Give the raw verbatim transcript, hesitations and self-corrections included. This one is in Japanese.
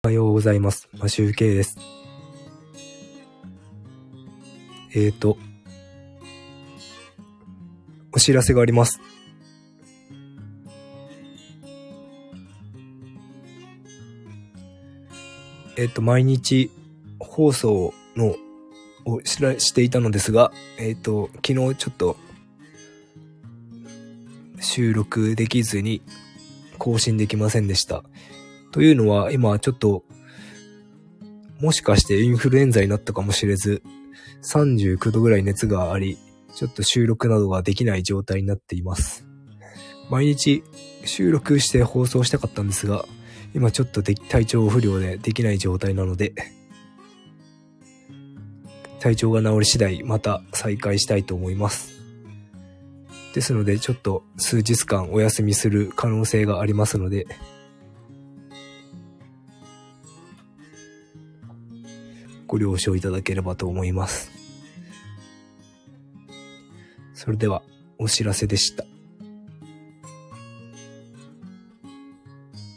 おはようございます。マシュウケイです。えーと、お知らせがあります。えーと、毎日放送のをしらしていたのですが、えーと、昨日ちょっと収録できずに更新できませんでした。というのは、今ちょっと、もしかしてインフルエンザになったかもしれず、さんじゅうきゅうどぐらい熱があり、ちょっと収録などができない状態になっています。毎日収録して放送したかったんですが、今ちょっとで体調不良でできない状態なので、体調が治り次第また再開したいと思います。ですので、ちょっと数日間お休みする可能性がありますので、ご了承いただければと思います。それではお知らせでした。